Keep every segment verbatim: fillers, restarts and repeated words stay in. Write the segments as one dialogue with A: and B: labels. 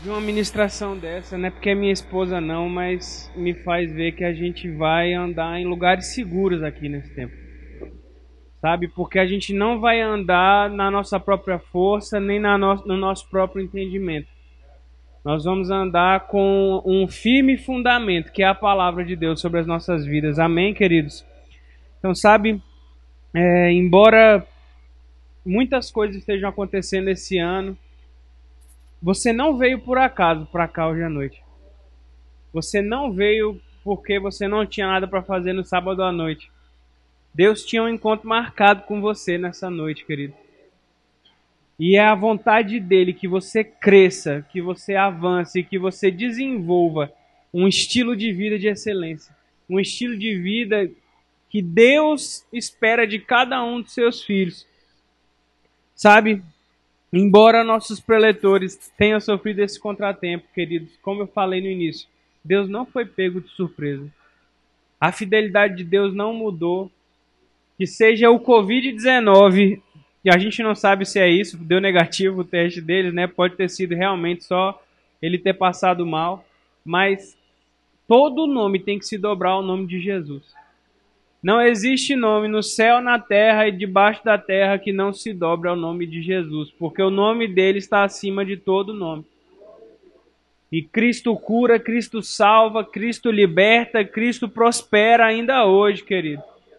A: de uma ministração dessa, não é porque é minha esposa não, mas me faz ver que a gente vai andar em lugares seguros aqui nesse tempo. Sabe? Porque a gente não vai andar na nossa própria força, nem na no, no nosso próprio entendimento. Nós vamos andar com um firme fundamento, que é a palavra de Deus sobre as nossas vidas. Amém, queridos? Então, sabe, é, embora muitas coisas estejam acontecendo esse ano, você não veio por acaso para cá hoje à noite. Você não veio porque você não tinha nada para fazer no sábado à noite. Deus tinha um encontro marcado com você nessa noite, querido. E é a vontade dele que você cresça, que você avance, que você desenvolva um estilo de vida de excelência. Um estilo de vida que Deus espera de cada um dos seus filhos. Sabe? Embora nossos preletores tenham sofrido esse contratempo, queridos, como eu falei no início, Deus não foi pego de surpresa. A fidelidade de Deus não mudou. Que seja o covid dezenove, e a gente não sabe se é isso, deu negativo o teste deles, né? Pode ter sido realmente só ele ter passado mal, mas todo nome tem que se dobrar ao nome de Jesus. Não existe nome no céu, na terra e debaixo da terra que não se dobre ao nome de Jesus, porque o nome dele está acima de todo nome. E Cristo cura, Cristo salva, Cristo liberta, Cristo prospera ainda hoje, querido.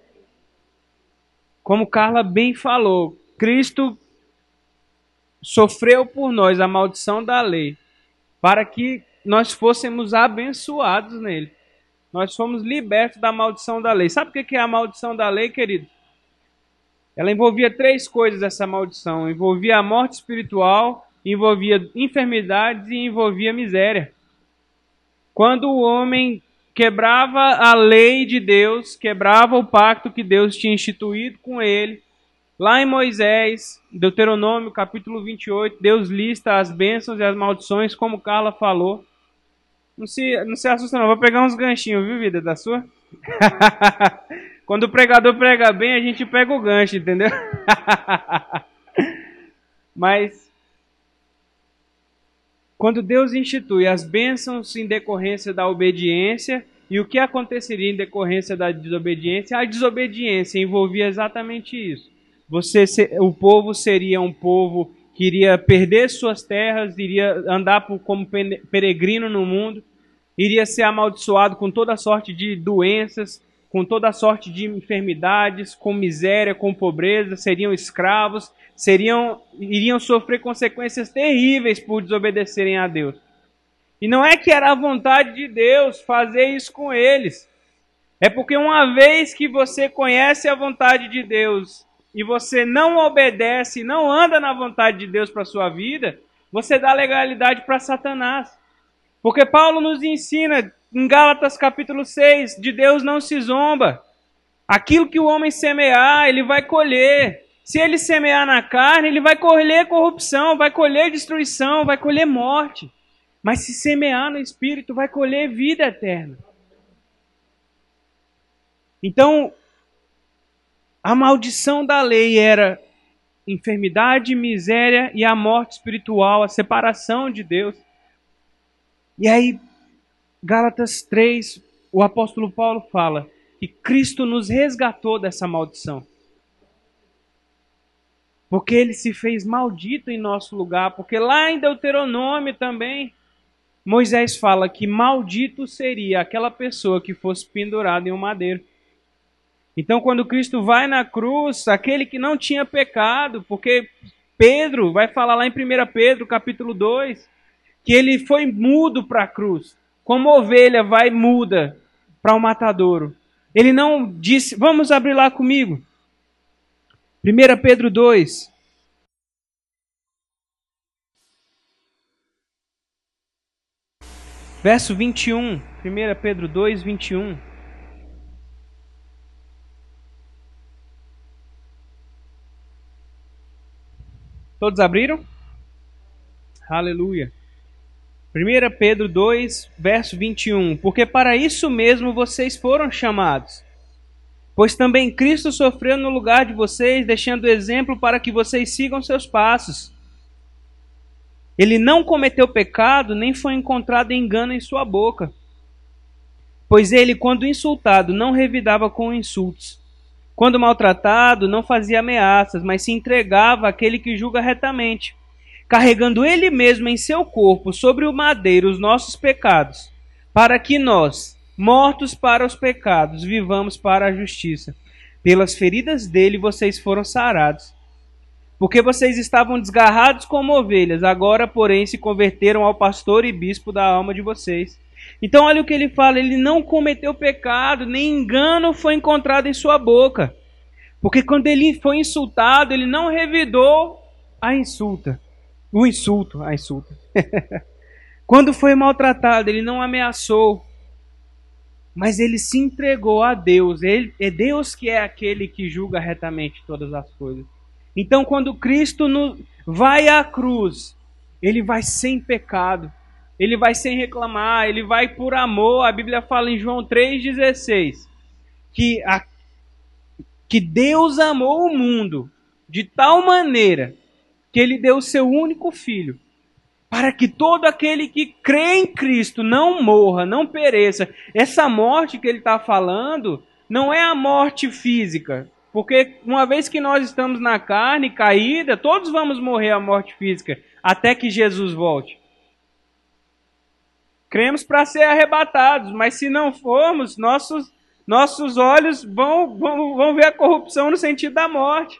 A: Como Carla bem falou, Cristo sofreu por nós a maldição da lei, para que nós fôssemos abençoados nele. Nós fomos libertos da maldição da lei. Sabe o que é a maldição da lei, querido? Ela envolvia três coisas, essa maldição. Envolvia a morte espiritual, envolvia enfermidades e envolvia miséria. Quando o homem quebrava a lei de Deus, quebrava o pacto que Deus tinha instituído com ele, lá em Moisés, Deuteronômio capítulo vinte e oito, Deus lista as bênçãos e as maldições, como Carla falou. Não se, não se assusta não, vou pegar uns ganchinhos, viu, vida, da sua? Quando o pregador prega bem, a gente pega o gancho, entendeu? Mas, quando Deus institui as bênçãos em decorrência da obediência, e o que aconteceria em decorrência da desobediência? A desobediência envolvia exatamente isso. Você, o povo seria um povo que iria perder suas terras, iria andar por, como peregrino no mundo, iria ser amaldiçoado com toda sorte de doenças, com toda sorte de enfermidades, com miséria, com pobreza, seriam escravos, seriam, iriam sofrer consequências terríveis por desobedecerem a Deus. E não é que era a vontade de Deus fazer isso com eles. É porque uma vez que você conhece a vontade de Deus e você não obedece, não anda na vontade de Deus para a sua vida, você dá legalidade para Satanás. Porque Paulo nos ensina em Gálatas capítulo seis, de Deus não se zomba. Aquilo que o homem semear, ele vai colher. Se ele semear na carne, ele vai colher corrupção, vai colher destruição, vai colher morte. Mas se semear no Espírito, vai colher vida eterna. Então, a maldição da lei era enfermidade, miséria e a morte espiritual, a separação de Deus. E aí, Gálatas três, o apóstolo Paulo fala que Cristo nos resgatou dessa maldição. Porque ele se fez maldito em nosso lugar, porque lá em Deuteronômio também, Moisés fala que maldito seria aquela pessoa que fosse pendurada em um madeiro. Então, quando Cristo vai na cruz, aquele que não tinha pecado, porque Pedro vai falar lá em primeira Pedro, capítulo dois, que ele foi mudo para a cruz, como ovelha vai muda para o matadouro. Ele não disse, vamos abrir lá comigo. primeira Pedro dois. Verso vinte e um. primeira Pedro dois, vinte e um. Todos abriram? Aleluia. primeira Pedro dois, verso vinte e um. Porque para isso mesmo vocês foram chamados. Pois também Cristo sofreu no lugar de vocês, deixando exemplo para que vocês sigam seus passos. Ele não cometeu pecado, nem foi encontrado engano em sua boca. Pois ele, quando insultado, não revidava com insultos. Quando maltratado, não fazia ameaças, mas se entregava àquele que julga retamente, carregando ele mesmo em seu corpo sobre o madeiro os nossos pecados, para que nós, mortos para os pecados, vivamos para a justiça. Pelas feridas dele vocês foram sarados. Porque vocês estavam desgarrados como ovelhas, agora, porém, se converteram ao pastor e bispo da alma de vocês. Então, olha o que ele fala, ele não cometeu pecado, nem engano foi encontrado em sua boca. Porque quando ele foi insultado, ele não revidou a insulta. O insulto, a insulta. Quando foi maltratado, ele não ameaçou. Mas ele se entregou a Deus. Ele, é Deus que é aquele que julga retamente todas as coisas. Então, quando Cristo no, vai à cruz, ele vai sem pecado. Ele vai sem reclamar, ele vai por amor. A Bíblia fala em João três dezesseis que, a, que Deus amou o mundo de tal maneira que ele deu o seu único filho, para que todo aquele que crê em Cristo não morra, não pereça. Essa morte que ele está falando não é a morte física, porque uma vez que nós estamos na carne caída, todos vamos morrer a morte física, até que Jesus volte. Cremos para ser arrebatados, mas se não formos, nossos, nossos olhos vão, vão, vão ver a corrupção no sentido da morte.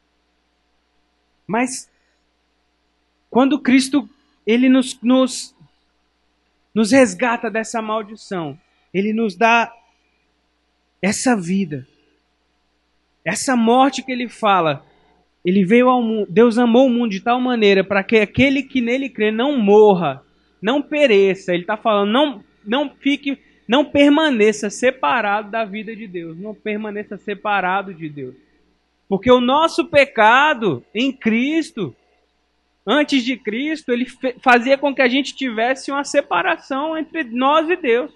A: Mas quando Cristo ele nos, nos, nos resgata dessa maldição, ele nos dá essa vida, essa morte que ele fala. Ele veio ao mundo, Deus amou o mundo de tal maneira para que aquele que nele crê não morra, não pereça. Ele está falando, não, não fique, não permaneça separado da vida de Deus. Não permaneça separado de Deus. Porque o nosso pecado em Cristo, antes de Cristo, ele fazia com que a gente tivesse uma separação entre nós e Deus.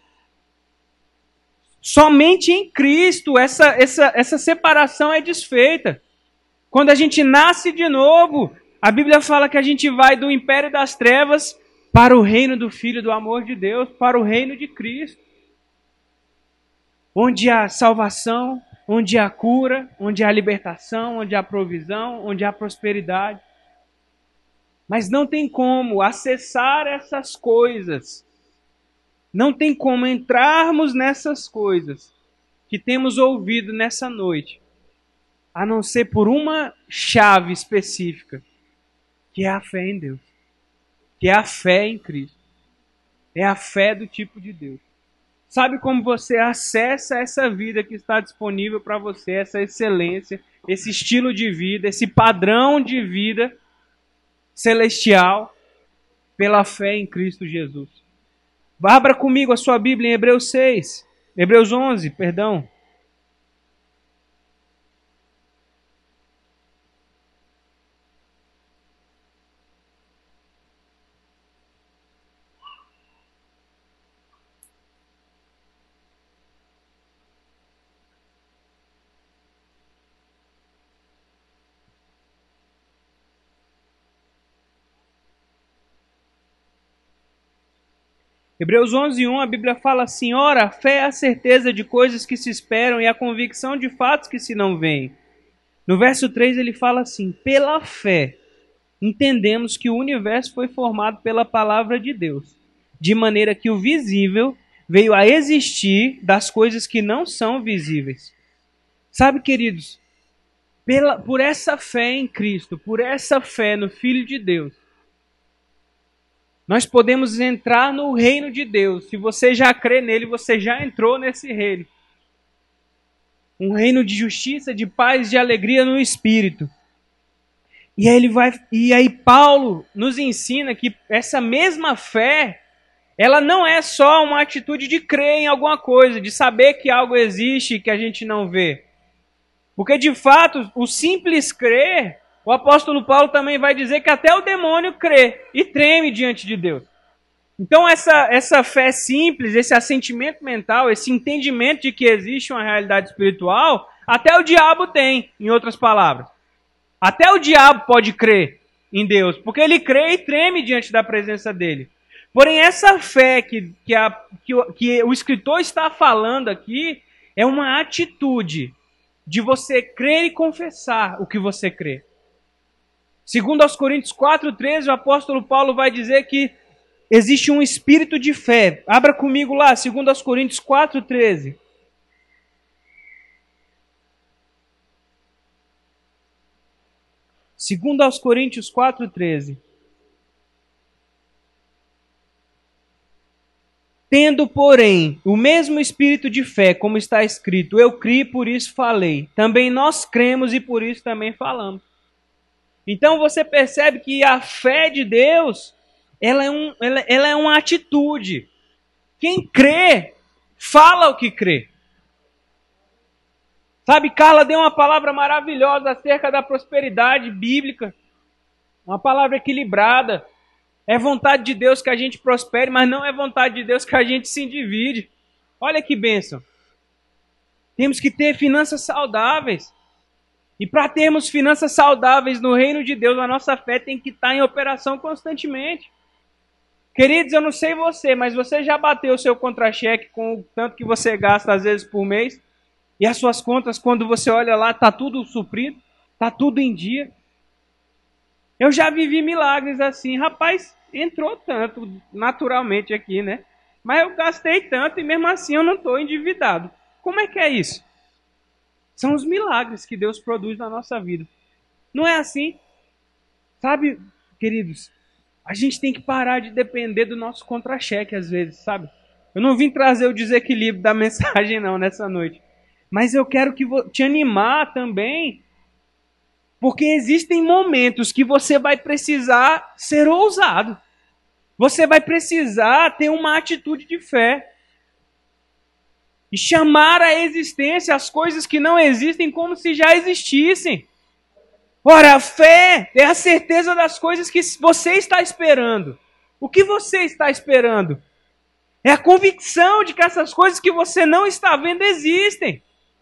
A: Somente em Cristo essa, essa, essa separação é desfeita. Quando a gente nasce de novo, a Bíblia fala que a gente vai do império das trevas para o reino do Filho do amor de Deus, para o reino de Cristo. Onde há salvação, onde há cura, onde há libertação, onde há provisão, onde há prosperidade. Mas não tem como acessar essas coisas, não tem como entrarmos nessas coisas que temos ouvido nessa noite, a não ser por uma chave específica, que é a fé em Deus. Que é a fé em Cristo. É a fé do tipo de Deus. Sabe como você acessa essa vida que está disponível para você, essa excelência, esse estilo de vida, esse padrão de vida celestial, pela fé em Cristo Jesus. Abra comigo a sua Bíblia em Hebreus seis, Hebreus onze, perdão. Hebreus onze, um, a Bíblia fala assim: ora, a fé é a certeza de coisas que se esperam e a convicção de fatos que se não veem. No verso três ele fala assim: pela fé entendemos que o universo foi formado pela palavra de Deus, de maneira que o visível veio a existir das coisas que não são visíveis. Sabe, queridos, pela, por essa fé em Cristo, por essa fé no Filho de Deus, nós podemos entrar no reino de Deus. Se você já crê nele, você já entrou nesse reino. Um reino de justiça, de paz, de alegria no Espírito. E aí, ele vai, e aí Paulo nos ensina que essa mesma fé, ela não é só uma atitude de crer em alguma coisa, de saber que algo existe que a gente não vê. Porque de fato, o simples crer, o apóstolo Paulo também vai dizer que até o demônio crê e treme diante de Deus. Então essa, essa fé simples, esse assentimento mental, esse entendimento de que existe uma realidade espiritual, até o diabo tem, em outras palavras. Até o diabo pode crer. em Deus, porque ele crê e treme diante da presença dele. Porém, essa fé que, que, a, que, o, que o escritor está falando aqui é uma atitude de você crer e confessar o que você crê. Segundo aos Coríntios quatro, treze, o apóstolo Paulo vai dizer que existe um espírito de fé. Abra comigo lá, segundo aos Coríntios quatro, treze. Segundo aos Coríntios quatro, treze. Tendo, porém, o mesmo espírito de fé, como está escrito, eu criei, por isso falei. Também nós cremos e por isso também falamos. Então você percebe que a fé de Deus, ela é, um, ela, ela é uma atitude. Quem crê, fala o que crê. Sabe, Carla deu uma palavra maravilhosa acerca da prosperidade bíblica. Uma palavra equilibrada. É vontade de Deus que a gente prospere, mas não é vontade de Deus que a gente se endivide. Olha que bênção. Temos que ter finanças saudáveis. E para termos finanças saudáveis no reino de Deus, a nossa fé tem que estar em operação constantemente. Queridos, eu não sei você, mas você já bateu o seu contra-cheque com o tanto que você gasta às vezes por mês? E as suas contas, quando você olha lá, está tudo suprido? Está tudo em dia? Eu já vivi milagres assim, rapaz, entrou tanto naturalmente aqui, né? Mas eu gastei tanto e mesmo assim eu não estou endividado. Como é que é isso? São os milagres que Deus produz na nossa vida. Não é assim? Sabe, queridos, a gente tem que parar de depender do nosso contra-cheque às vezes, sabe? Eu não vim trazer o desequilíbrio da mensagem não nessa noite. Mas eu quero que te animar também. Porque existem momentos que você vai precisar ser ousado. Você vai precisar ter uma atitude de fé. E chamar à existência as coisas que não existem como se já existissem. Ora, a fé é a certeza das coisas que você está esperando. O que você está esperando? É a convicção de que essas coisas que você não está vendo existem.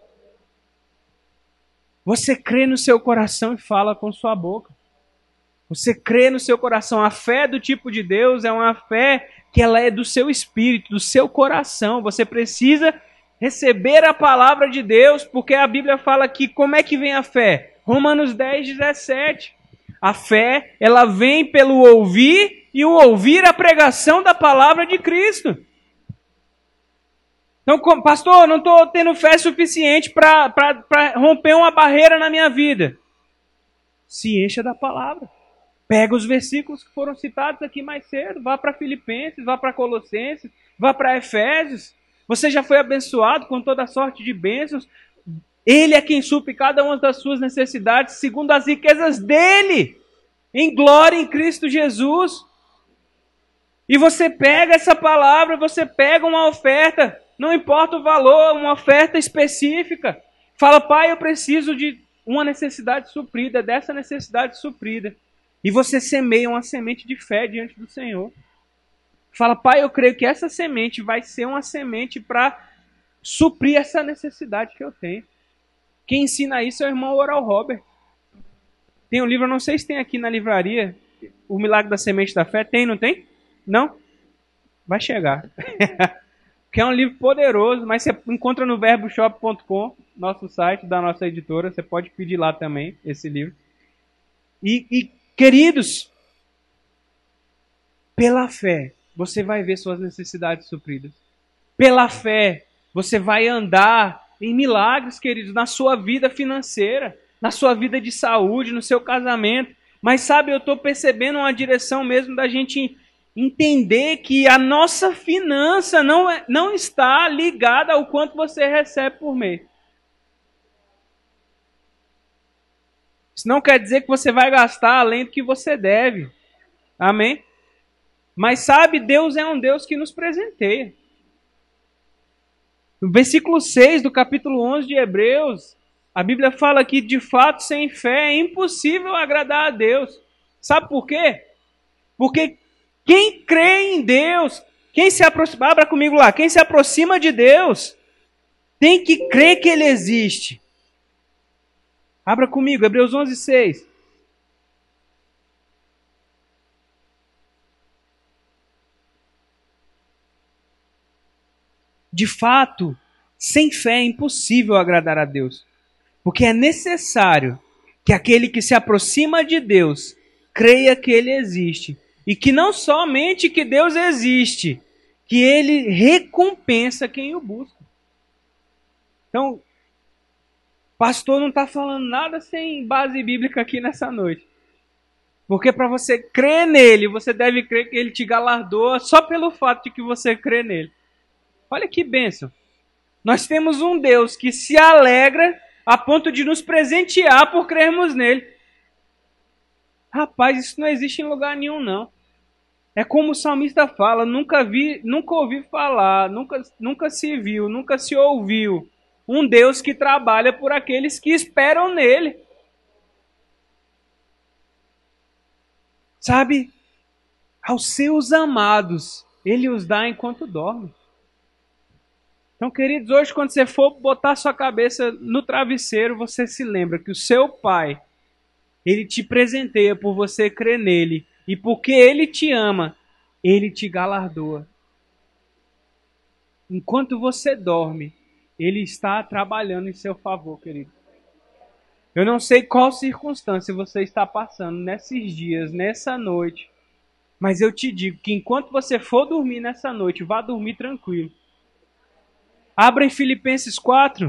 A: Você crê no seu coração e fala com sua boca. Você crê no seu coração. A fé do tipo de Deus é uma fé que ela é do seu espírito, do seu coração. Você precisa receber a palavra de Deus, porque a Bíblia fala que como é que vem a fé? Romanos dez, dezessete. A fé, ela vem pelo ouvir e o ouvir a pregação da palavra de Cristo. Então, pastor, eu não estou tendo fé suficiente para romper uma barreira na minha vida. Se encha da palavra. Pega os versículos que foram citados aqui mais cedo. Vá para Filipenses, vá para Colossenses, vá para Efésios. Você já foi abençoado com toda sorte de bênçãos. Ele é quem supre cada uma das suas necessidades, segundo as riquezas dele, em glória em Cristo Jesus. E você pega essa palavra, você pega uma oferta, não importa o valor, uma oferta específica. Fala, pai, eu preciso de uma necessidade suprida, dessa necessidade suprida. E você semeia uma semente de fé diante do Senhor. Fala, pai, eu creio que essa semente vai ser uma semente para suprir essa necessidade que eu tenho. Quem ensina isso é o irmão Oral Robert. Tem um livro, eu não sei se tem aqui na livraria, O Milagre da Semente da Fé. Tem, não tem? Não? Vai chegar. Que é um livro poderoso, mas você encontra no verbo shop ponto com, nosso site da nossa editora. Você pode pedir lá também esse livro. E, e queridos, pela fé, você vai ver suas necessidades supridas. Pela fé, você vai andar em milagres, queridos, na sua vida financeira, na sua vida de saúde, no seu casamento. Mas sabe, eu estou percebendo uma direção mesmo da gente entender que a nossa finança não, é, não está ligada ao quanto você recebe por mês. Isso não quer dizer que você vai gastar além do que você deve. Amém? Mas sabe, Deus é um Deus que nos presenteia. No versículo seis do capítulo onze de Hebreus, a Bíblia fala que de fato sem fé é impossível agradar a Deus. Sabe por quê? Porque quem crê em Deus, quem se aproxima, abra comigo lá, quem se aproxima de Deus, tem que crer que Ele existe. Abra comigo, Hebreus onze, seis. De fato, sem fé é impossível agradar a Deus, porque é necessário que aquele que se aproxima de Deus creia que Ele existe, e que não somente que Deus existe, que Ele recompensa quem o busca. Então, pastor não está falando nada sem base bíblica aqui nessa noite. Porque para você crer nele, você deve crer que ele te galardoa só pelo fato de que você crê nele. Olha que bênção. Nós temos um Deus que se alegra a ponto de nos presentear por crermos nele. Rapaz, isso não existe em lugar nenhum, não. É como o salmista fala, nunca vi, nunca ouvi falar, nunca, nunca se viu, nunca se ouviu um Deus que trabalha por aqueles que esperam nele. Sabe, aos seus amados, ele os dá enquanto dorme. Então, queridos, hoje quando você for botar sua cabeça no travesseiro, você se lembra que o seu Pai, ele te presenteia por você crer nele. E porque ele te ama, ele te galardoa. Enquanto você dorme, ele está trabalhando em seu favor, querido. Eu não sei qual circunstância você está passando nesses dias, nessa noite. Mas eu te digo que enquanto você for dormir nessa noite, vá dormir tranquilo. Abra em Filipenses quatro.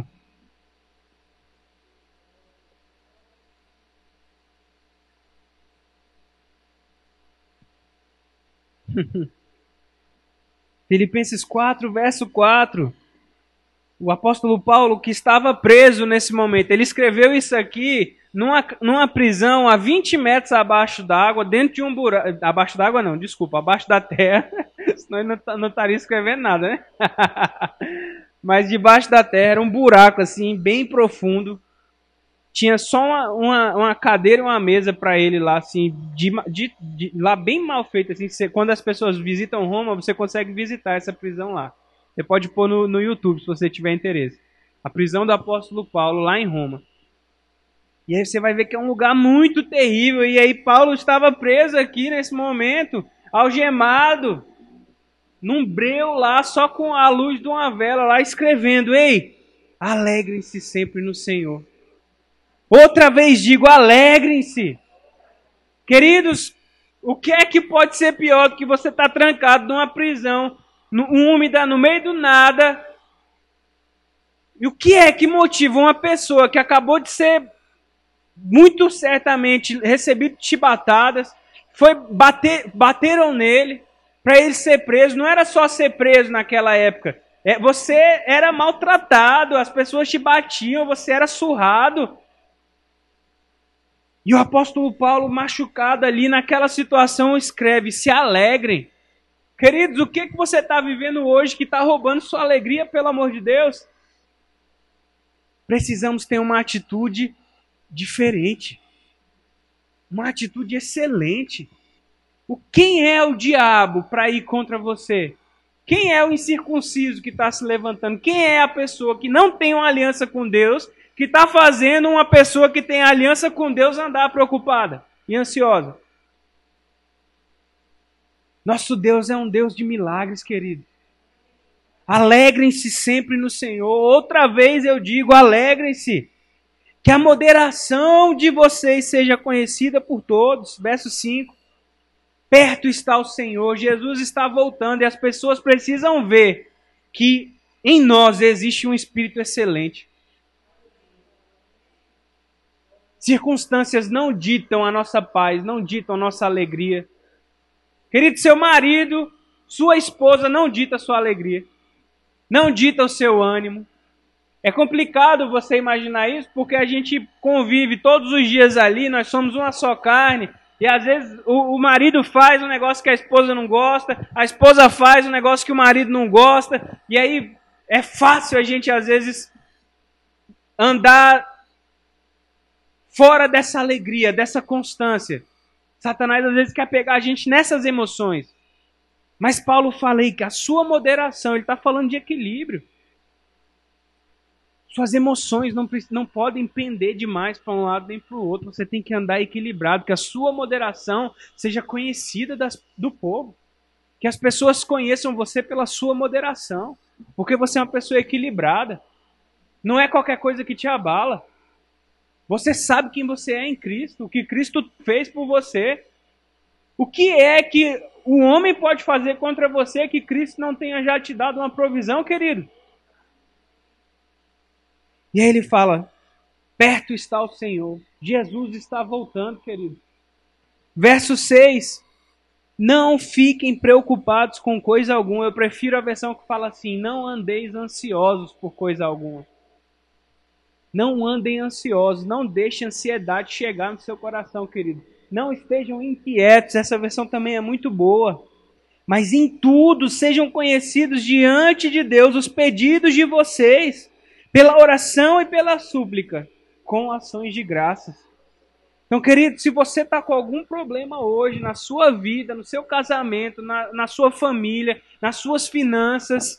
A: Filipenses quatro, verso quatro. O apóstolo Paulo, que estava preso nesse momento, ele escreveu isso aqui numa, numa prisão a vinte metros abaixo d'água, dentro de um buraco. Abaixo d'água não, desculpa, abaixo da terra. Senão ele não, não estaria escrevendo nada, né? Mas debaixo da terra era um buraco assim, bem profundo. Tinha só uma, uma, uma cadeira e uma mesa para ele lá, assim, de, de, de, lá bem mal feito. Assim, você, quando as pessoas visitam Roma, você consegue visitar essa prisão lá. Você pode pôr no, no YouTube, se você tiver interesse. A prisão do apóstolo Paulo, lá em Roma. E aí você vai ver que é um lugar muito terrível. E aí Paulo estava preso aqui nesse momento, algemado, num breu lá, só com a luz de uma vela lá, escrevendo: ei, alegrem-se sempre no Senhor. Outra vez digo, alegrem-se. Queridos, o que é que pode ser pior do que você estar trancado numa prisão úmida, no meio do nada? E o que é que motiva uma pessoa que acabou de ser, muito certamente, recebido chibatadas, foi bater, bateram nele, para ele ser preso? Não era só ser preso naquela época. É, você era maltratado, as pessoas te batiam, você era surrado. E o apóstolo Paulo, machucado ali naquela situação, escreve: se alegrem. Queridos, o que, que você está vivendo hoje que está roubando sua alegria, pelo amor de Deus? Precisamos ter uma atitude diferente. Uma atitude excelente. O, quem é o diabo para ir contra você? Quem é o incircunciso que está se levantando? Quem é a pessoa que não tem uma aliança com Deus, que está fazendo uma pessoa que tem aliança com Deus andar preocupada e ansiosa? Nosso Deus é um Deus de milagres, querido. Alegrem-se sempre no Senhor. Outra vez eu digo, alegrem-se. Que a moderação de vocês seja conhecida por todos. Verso cinco. Perto está o Senhor. Jesus está voltando e as pessoas precisam ver que em nós existe um espírito excelente. Circunstâncias não ditam a nossa paz, não ditam a nossa alegria. Querido, seu marido, sua esposa não dita a sua alegria. Não dita o seu ânimo. É complicado você imaginar isso, porque a gente convive todos os dias ali, nós somos uma só carne, e às vezes o, o marido faz um negócio que a esposa não gosta, a esposa faz um negócio que o marido não gosta, e aí é fácil a gente às vezes andar fora dessa alegria, dessa constância. Satanás às vezes quer pegar a gente nessas emoções. Mas Paulo fala aí que a sua moderação, ele está falando de equilíbrio. Suas emoções não, não podem pender demais para um lado nem para o outro. Você tem que andar equilibrado, que a sua moderação seja conhecida das, do povo. Que as pessoas conheçam você pela sua moderação. Porque você é uma pessoa equilibrada. Não é qualquer coisa que te abala. Você sabe quem você é em Cristo, o que Cristo fez por você. O que é que o homem pode fazer contra você que Cristo não tenha já te dado uma provisão, querido? E aí ele fala, perto está o Senhor. Jesus está voltando, querido. Verso seis. Não fiquem preocupados com coisa alguma. Eu prefiro a versão que fala assim, não andeis ansiosos por coisa alguma. Não andem ansiosos, não deixem a ansiedade chegar no seu coração, querido. Não estejam inquietos, essa versão também é muito boa. Mas em tudo sejam conhecidos diante de Deus os pedidos de vocês, pela oração e pela súplica, com ações de graças. Então, querido, se você está com algum problema hoje na sua vida, no seu casamento, na, na sua família, nas suas finanças,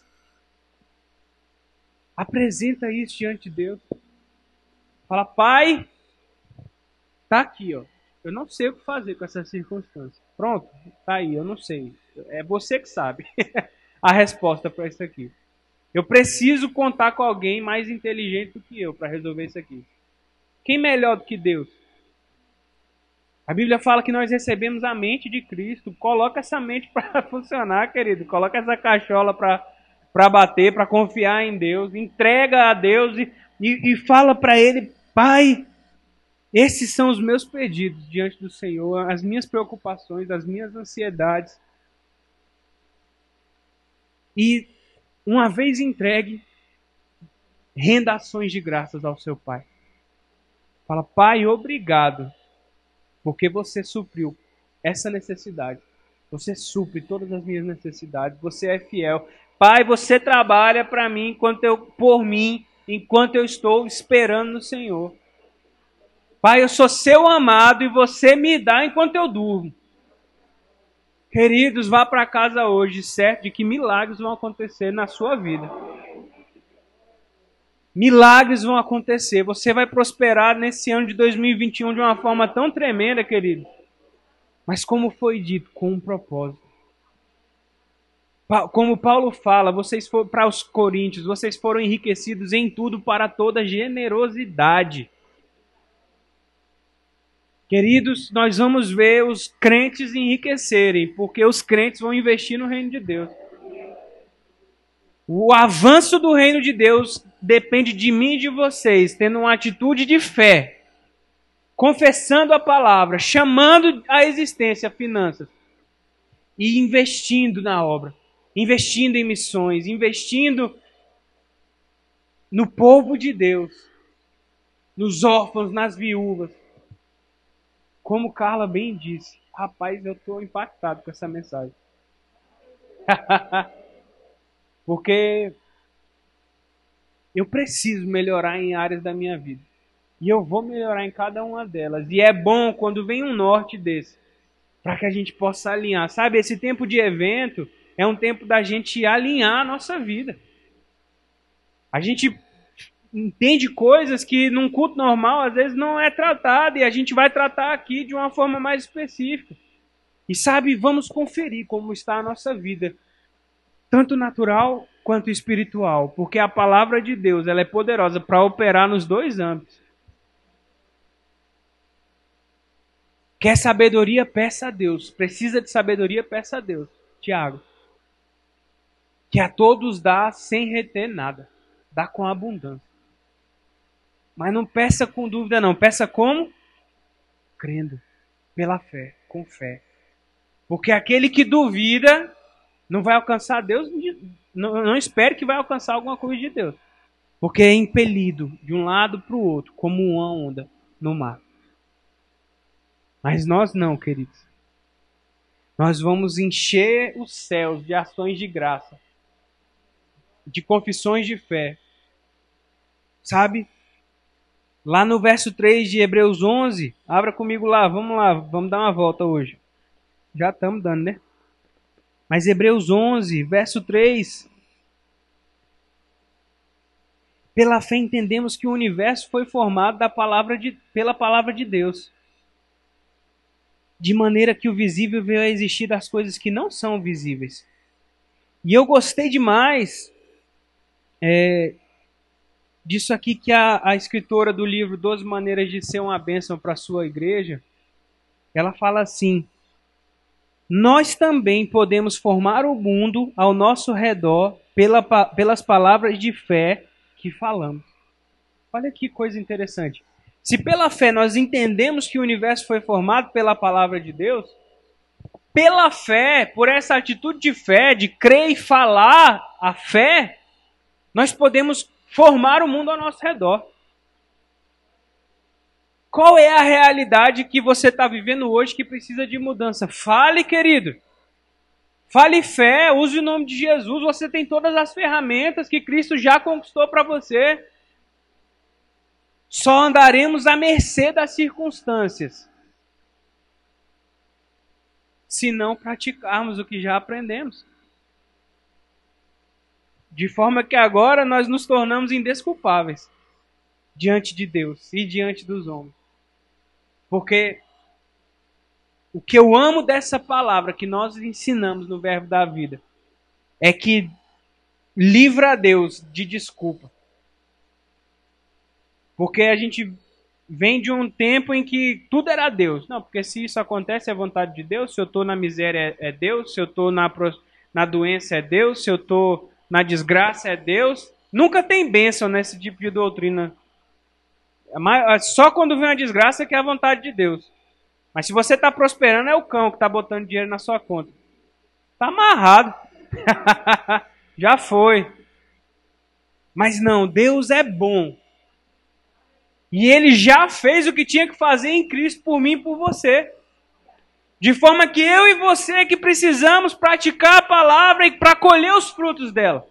A: apresenta isso diante de Deus. Fala, Pai, tá aqui, ó. Eu não sei o que fazer com essa circunstância. Pronto, tá aí, eu não sei. É você que sabe a resposta para isso aqui. Eu preciso contar com alguém mais inteligente do que eu para resolver isso aqui. Quem melhor do que Deus? A Bíblia fala que nós recebemos a mente de Cristo. Coloca essa mente para funcionar, querido. Coloca essa cachola para bater, para confiar em Deus. Entrega a Deus e, e, e fala para Ele, Pai, esses são os meus pedidos diante do Senhor, as minhas preocupações, as minhas ansiedades. E, uma vez entregue, renda ações de graças ao seu Pai. Fala, Pai, obrigado, porque você supriu essa necessidade. Você supre todas as minhas necessidades. Você é fiel. Pai, você trabalha para mim, enquanto eu, por mim, enquanto eu estou esperando no Senhor. Pai, eu sou seu amado e você me dá enquanto eu durmo. Queridos, vá para casa hoje, certo de que milagres vão acontecer na sua vida. Milagres vão acontecer. Você vai prosperar nesse ano de dois mil e vinte e um de uma forma tão tremenda, querido. Mas como foi dito, com um propósito. Como Paulo fala, vocês foram para os coríntios, vocês foram enriquecidos em tudo para toda generosidade. Queridos, nós vamos ver os crentes enriquecerem, porque os crentes vão investir no reino de Deus. O avanço do reino de Deus depende de mim e de vocês, tendo uma atitude de fé, confessando a palavra, chamando à existência finanças e investindo na obra, investindo em missões, investindo no povo de Deus, nos órfãos, nas viúvas. Como Carla bem disse, rapaz, eu estou impactado com essa mensagem. Porque eu preciso melhorar em áreas da minha vida. E eu vou melhorar em cada uma delas. E é bom quando vem um norte desse, para que a gente possa alinhar. Sabe, esse tempo de evento é um tempo da gente alinhar a nossa vida. A gente entende coisas que num culto normal às vezes não é tratado, e a gente vai tratar aqui de uma forma mais específica. E sabe, vamos conferir como está a nossa vida, tanto natural quanto espiritual, porque a palavra de Deus ela é poderosa para operar nos dois âmbitos. Quer sabedoria? Peça a Deus. Precisa de sabedoria? Peça a Deus. Tiago. Que a todos dá sem reter nada. Dá com abundância. Mas não peça com dúvida não. Peça como? Crendo. Pela fé. Com fé. Porque aquele que duvida não vai alcançar Deus. Não, não espere que vai alcançar alguma coisa de Deus. Porque é impelido de um lado para o outro. Como uma onda no mar. Mas nós não, queridos. Nós vamos encher os céus de ações de graça. De confissões de fé. Sabe? Lá no verso três de Hebreus onze, abra comigo lá, vamos lá, vamos dar uma volta hoje. Já estamos dando, né? Mas Hebreus onze, verso três. Pela fé entendemos que o universo foi formado da palavra de, pela palavra de Deus. De maneira que o visível veio a existir das coisas que não são visíveis. E eu gostei demais é, disso aqui que a, a escritora do livro doze Maneiras de Ser uma Bênção para a Sua Igreja, ela fala assim: nós também podemos formar o mundo ao nosso redor pela, pelas palavras de fé que falamos. Olha que coisa interessante. Se pela fé nós entendemos que o universo foi formado pela palavra de Deus, pela fé, por essa atitude de fé, de crer e falar a fé, nós podemos formar o mundo ao nosso redor. Qual é a realidade que você está vivendo hoje que precisa de mudança? Fale, querido. Fale fé, use o nome de Jesus. Você tem todas as ferramentas que Cristo já conquistou para você. Só andaremos à mercê das circunstâncias se não praticarmos o que já aprendemos. De forma que agora nós nos tornamos indesculpáveis diante de Deus e diante dos homens. Porque o que eu amo dessa palavra que nós ensinamos no Verbo da Vida é que livra a Deus de desculpa. Porque a gente vem de um tempo em que tudo era Deus. Não, porque se isso acontece é vontade de Deus. Se eu estou na miséria é Deus. Se eu estou na, na doença é Deus. Se eu estou na desgraça é Deus. Nunca tem bênção nesse tipo de doutrina. Só quando vem a desgraça que é a vontade de Deus. Mas se você está prosperando é o cão que está botando dinheiro na sua conta. Está amarrado. Já foi. Mas não, Deus é bom. E Ele já fez o que tinha que fazer em Cristo por mim e por você. De forma que eu e você que precisamos praticar a palavra e para colher os frutos dela.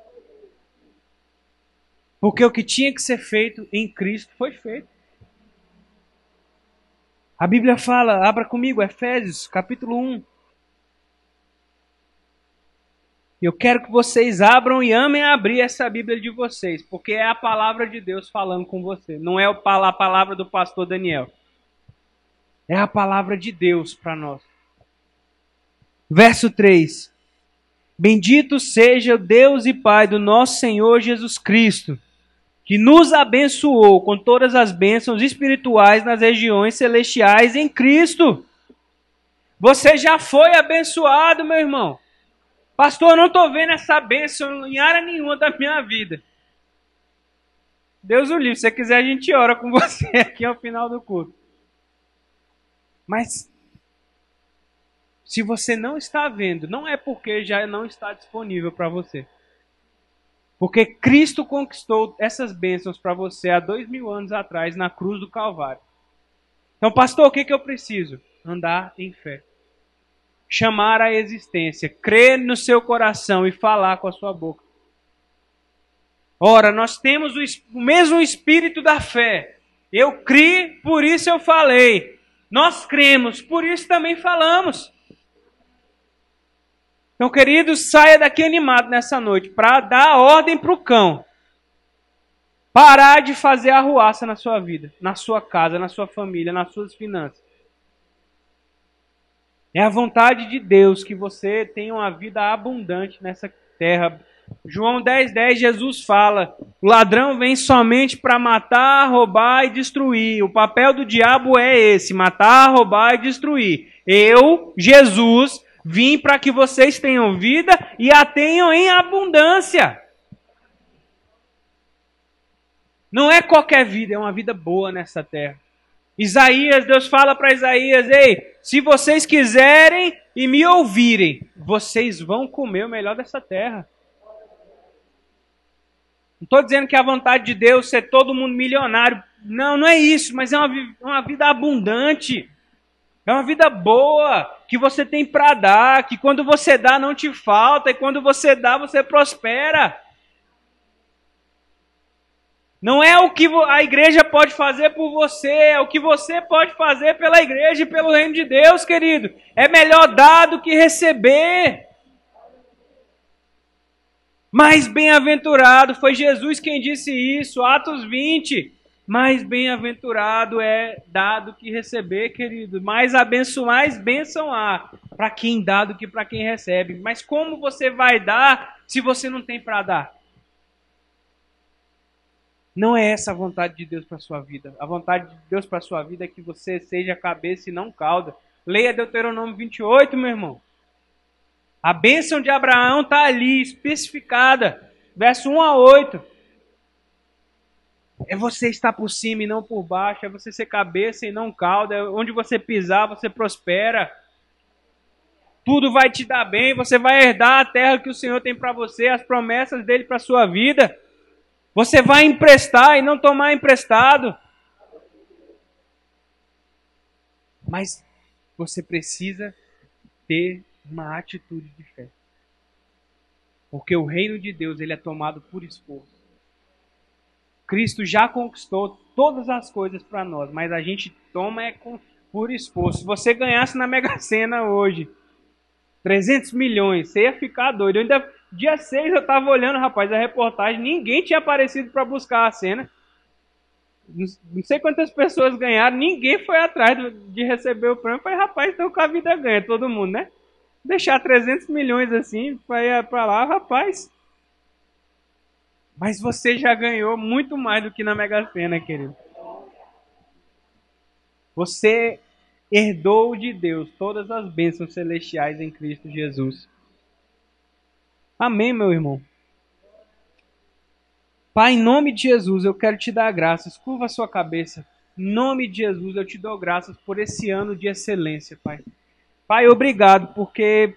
A: Porque o que tinha que ser feito em Cristo foi feito. A Bíblia fala, abra comigo, Efésios, capítulo um. Eu quero que vocês abram e amem abrir essa Bíblia de vocês, porque é a palavra de Deus falando com você. Não é a palavra do pastor Daniel. É a palavra de Deus para nós. Verso três. Bendito seja o Deus e Pai do nosso Senhor Jesus Cristo, que nos abençoou com todas as bênçãos espirituais nas regiões celestiais em Cristo. Você já foi abençoado, meu irmão. Pastor, eu não estou vendo essa bênção em área nenhuma da minha vida. Deus o livre, se você quiser a gente ora com você aqui ao final do culto. Mas, se você não está vendo, não é porque já não está disponível para você. Porque Cristo conquistou essas bênçãos para você há dois mil anos atrás na cruz do Calvário. Então, pastor, o que, que eu preciso? Andar em fé. Chamar a existência, crer no seu coração e falar com a sua boca. Ora, nós temos o mesmo espírito da fé. Eu criei, por isso eu falei. Nós cremos, por isso também falamos. Então, queridos, saia daqui animado nessa noite para dar ordem para o cão. Parar de fazer arruaça na sua vida, na sua casa, na sua família, nas suas finanças. É a vontade de Deus que você tenha uma vida abundante nessa terra. João dez, dez, Jesus fala: o ladrão vem somente para matar, roubar e destruir. O papel do diabo é esse, matar, roubar e destruir. Eu, Jesus, vim para que vocês tenham vida e a tenham em abundância. Não é qualquer vida, é uma vida boa nessa terra. Isaías, Deus fala para Isaías: ei, se vocês quiserem e me ouvirem, vocês vão comer o melhor dessa terra. Não estou dizendo que é a vontade de Deus é ser todo mundo milionário. Não, não é isso, mas é uma, uma vida abundante. É uma vida boa, que você tem para dar, que quando você dá não te falta, e quando você dá você prospera. Não é o que a igreja pode fazer por você, é o que você pode fazer pela igreja e pelo reino de Deus, querido. É melhor dar do que receber. Mais bem-aventurado, foi Jesus quem disse isso, Atos vinte. Mais bem-aventurado é dar do que receber, querido. Mais abenço, mais bênção há para quem dá do que para quem recebe. Mas como você vai dar se você não tem para dar? Não é essa a vontade de Deus para a sua vida. A vontade de Deus para a sua vida é que você seja cabeça e não cauda. Leia Deuteronômio vinte e oito, meu irmão. A bênção de Abraão está ali, especificada. Verso um a oito. É você estar por cima e não por baixo. É você ser cabeça e não cauda. É onde você pisar, você prospera. Tudo vai te dar bem. Você vai herdar a terra que o Senhor tem para você, as promessas dele para a sua vida. Você vai emprestar e não tomar emprestado. Mas você precisa ter uma atitude de fé. Porque o reino de Deus, ele é tomado por esforço. Cristo já conquistou todas as coisas para nós, mas a gente toma é com, por esforço. Se você ganhasse na Mega Sena hoje trezentos milhões, você ia ficar doido. Eu ainda, dia seis eu estava olhando, rapaz, a reportagem, ninguém tinha aparecido para buscar a cena. Não sei quantas pessoas ganharam, ninguém foi atrás de receber o prêmio. Eu falei, rapaz, então com a vida ganha, todo mundo, né? Deixar trezentos milhões assim, para ir para lá, rapaz. Mas você já ganhou muito mais do que na Mega Sena, querido. Você herdou de Deus todas as bênçãos celestiais em Cristo Jesus. Amém, meu irmão? Pai, em nome de Jesus, eu quero te dar graças. Curva a sua cabeça. Em nome de Jesus, eu te dou graças por esse ano de excelência, Pai. Pai, obrigado, porque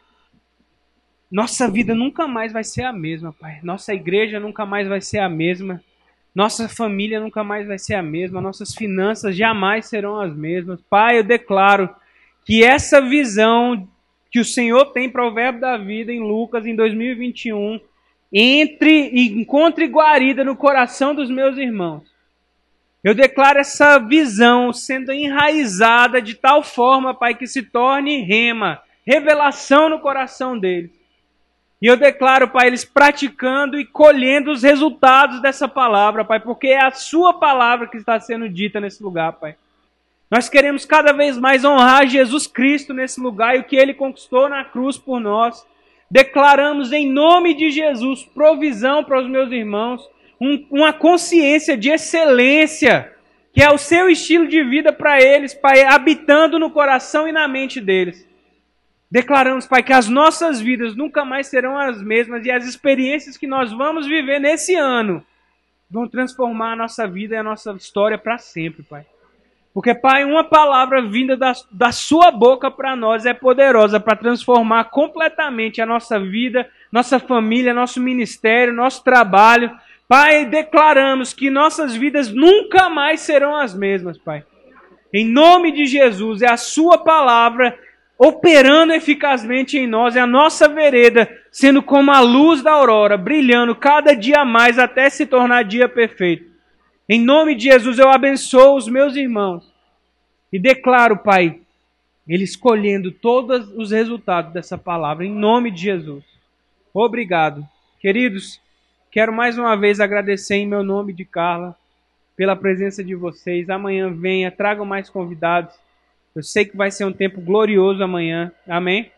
A: nossa vida nunca mais vai ser a mesma, Pai. Nossa igreja nunca mais vai ser a mesma. Nossa família nunca mais vai ser a mesma. Nossas finanças jamais serão as mesmas. Pai, eu declaro que essa visão que o Senhor tem para o Verbo da Vida em Lucas, em dois mil e vinte e um, entre e encontre guarida no coração dos meus irmãos. Eu declaro essa visão sendo enraizada de tal forma, Pai, que se torne rema, revelação no coração deles. E eu declaro, Pai, eles praticando e colhendo os resultados dessa palavra, Pai, porque é a sua palavra que está sendo dita nesse lugar, Pai. Nós queremos cada vez mais honrar Jesus Cristo nesse lugar e o que Ele conquistou na cruz por nós. Declaramos em nome de Jesus provisão para os meus irmãos, um, uma consciência de excelência, que é o seu estilo de vida para eles, Pai, habitando no coração e na mente deles. Declaramos, Pai, que as nossas vidas nunca mais serão as mesmas e as experiências que nós vamos viver nesse ano vão transformar a nossa vida e a nossa história para sempre, Pai. Porque, Pai, uma palavra vinda da, da sua boca para nós é poderosa para transformar completamente a nossa vida, nossa família, nosso ministério, nosso trabalho. Pai, declaramos que nossas vidas nunca mais serão as mesmas, Pai. Em nome de Jesus, é a sua palavra operando eficazmente em nós, é a nossa vereda, sendo como a luz da aurora, brilhando cada dia mais até se tornar dia perfeito. Em nome de Jesus, eu abençoo os meus irmãos e declaro, Pai, eles colhendo todos os resultados dessa palavra, em nome de Jesus. Obrigado. Queridos, quero mais uma vez agradecer em meu nome de Carla pela presença de vocês. Amanhã venha, tragam mais convidados. Eu sei que vai ser um tempo glorioso amanhã. Amém?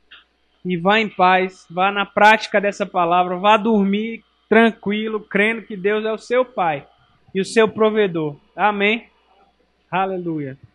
A: E vá em paz, vá na prática dessa palavra, vá dormir tranquilo, crendo que Deus é o seu Pai e o seu provedor. Amém? Aleluia.